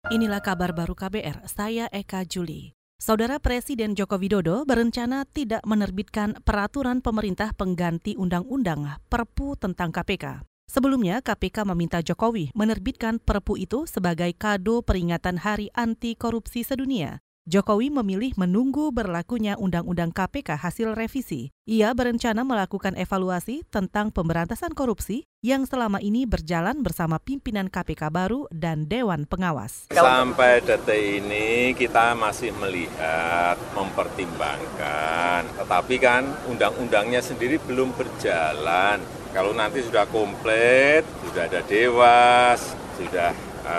Inilah kabar baru KBR, saya Eka Juli. Saudara Presiden Joko Widodo berencana tidak menerbitkan peraturan pemerintah pengganti undang-undang Perpu tentang KPK. Sebelumnya, KPK meminta Jokowi menerbitkan Perpu itu sebagai kado peringatan Hari Anti Korupsi Sedunia. Jokowi memilih menunggu berlakunya Undang-Undang KPK hasil revisi. Ia berencana melakukan evaluasi tentang pemberantasan korupsi yang selama ini berjalan bersama pimpinan KPK baru dan Dewan Pengawas. Sampai detik ini kita masih melihat, mempertimbangkan. Tetapi kan undang-undangnya sendiri belum berjalan. Kalau nanti sudah komplit, sudah ada Dewas, sudah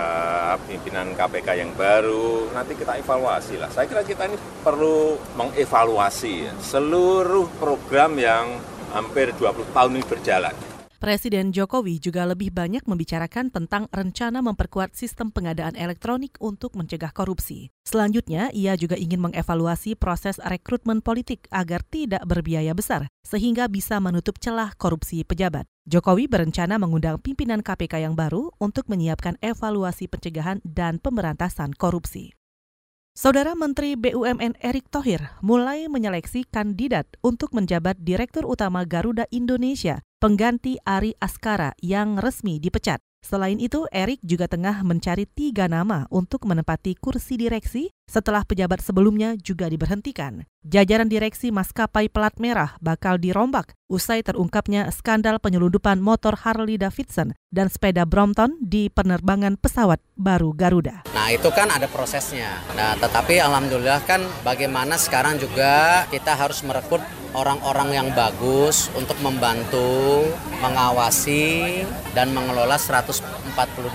pimpinan KPK yang baru, nanti kita evaluasi lah. Saya kira kita ini perlu mengevaluasi seluruh program yang hampir 20 tahun ini berjalan. Presiden Jokowi juga lebih banyak membicarakan tentang rencana memperkuat sistem pengadaan elektronik untuk mencegah korupsi. Selanjutnya, ia juga ingin mengevaluasi proses rekrutmen politik agar tidak berbiaya besar, sehingga bisa menutup celah korupsi pejabat. Jokowi berencana mengundang pimpinan KPK yang baru untuk menyiapkan evaluasi pencegahan dan pemberantasan korupsi. Saudara Menteri BUMN Erick Thohir mulai menyeleksi kandidat untuk menjabat Direktur Utama Garuda Indonesia, pengganti Ari Askara yang resmi dipecat. Selain itu, Erick juga tengah mencari 3 nama untuk menempati kursi direksi setelah pejabat sebelumnya juga diberhentikan. Jajaran direksi maskapai pelat merah bakal dirombak usai terungkapnya skandal penyelundupan motor Harley Davidson dan sepeda Brompton di penerbangan pesawat baru Garuda. Nah, itu kan ada prosesnya. Nah, tetapi alhamdulillah kan bagaimana sekarang juga kita harus merekrut orang-orang yang bagus untuk membantu, mengawasi, dan mengelola 142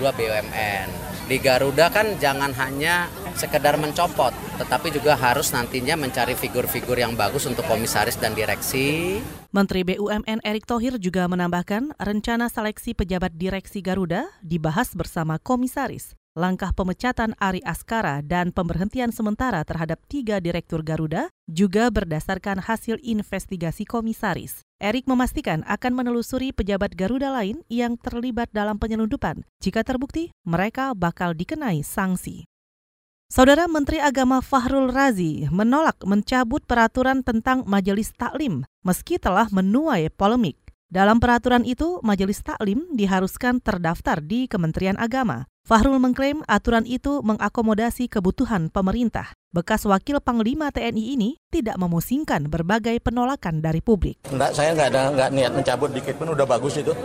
BUMN. Di Garuda kan jangan hanya sekedar mencopot, tetapi juga harus nantinya mencari figur-figur yang bagus untuk komisaris dan direksi. Menteri BUMN Erick Thohir juga menambahkan rencana seleksi pejabat direksi Garuda dibahas bersama komisaris. Langkah pemecatan Ari Askara dan pemberhentian sementara terhadap 3 direktur Garuda juga berdasarkan hasil investigasi komisaris. Erick memastikan akan menelusuri pejabat Garuda lain yang terlibat dalam penyelundupan. Jika terbukti, mereka bakal dikenai sanksi. Saudara Menteri Agama Fahrul Razi menolak mencabut peraturan tentang Majelis Taklim meski telah menuai polemik. Dalam peraturan itu, Majelis Taklim diharuskan terdaftar di Kementerian Agama. Fahrul mengklaim aturan itu mengakomodasi kebutuhan pemerintah. Bekas Wakil Panglima TNI ini tidak memusingkan berbagai penolakan dari publik. Enggak, saya nggak niat mencabut dikit pun, udah bagus itu.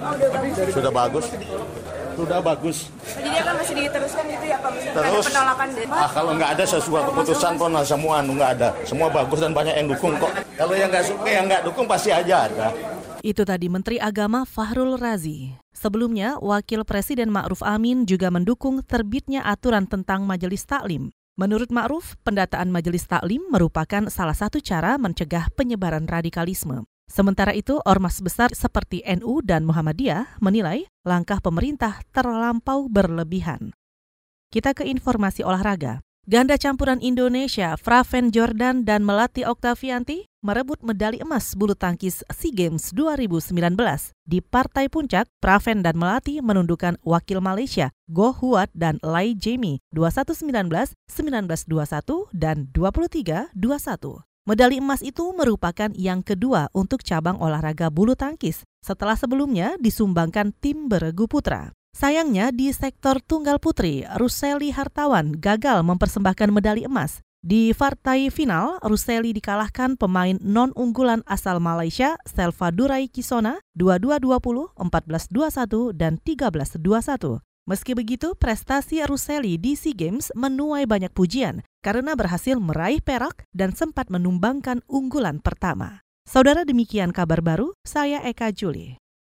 Sudah bagus. Sudah bagus. Jadi akan masih diteruskan gitu ya Pak? Terus, ada penolakan deh. Kalau nggak ada sesuatu keputusan pun semua nggak ada. Semua bagus dan banyak yang dukung kok. Kalau yang nggak suka, yang nggak dukung pasti aja ada. Itu tadi Menteri Agama Fahrul Razi. Sebelumnya, Wakil Presiden Ma'ruf Amin juga mendukung terbitnya aturan tentang Majelis Taklim. Menurut Ma'ruf, pendataan Majelis Taklim merupakan salah satu cara mencegah penyebaran radikalisme. Sementara itu, ormas besar seperti NU dan Muhammadiyah menilai langkah pemerintah terlampau berlebihan. Kita ke informasi olahraga. Ganda campuran Indonesia, Praven Jordan dan Melati Oktavianti merebut medali emas bulu tangkis SEA Games 2019. Di partai puncak, Praven dan Melati menundukkan wakil Malaysia, Goh Huat dan Lai Jamie 21-19, 19-21, dan 23-21. Medali emas itu merupakan yang kedua untuk cabang olahraga bulu tangkis setelah sebelumnya disumbangkan tim beregu putra. Sayangnya di sektor tunggal putri, Ruseli Hartawan gagal mempersembahkan medali emas. Di partai final, Ruseli dikalahkan pemain non-unggulan asal Malaysia, Selva Durai Kisona, 22-20, 14-21, dan 13-21. Meski begitu, prestasi Ruseli di SEA Games menuai banyak pujian karena berhasil meraih perak dan sempat menumbangkan unggulan pertama. Saudara, demikian kabar baru, saya Eka Juli.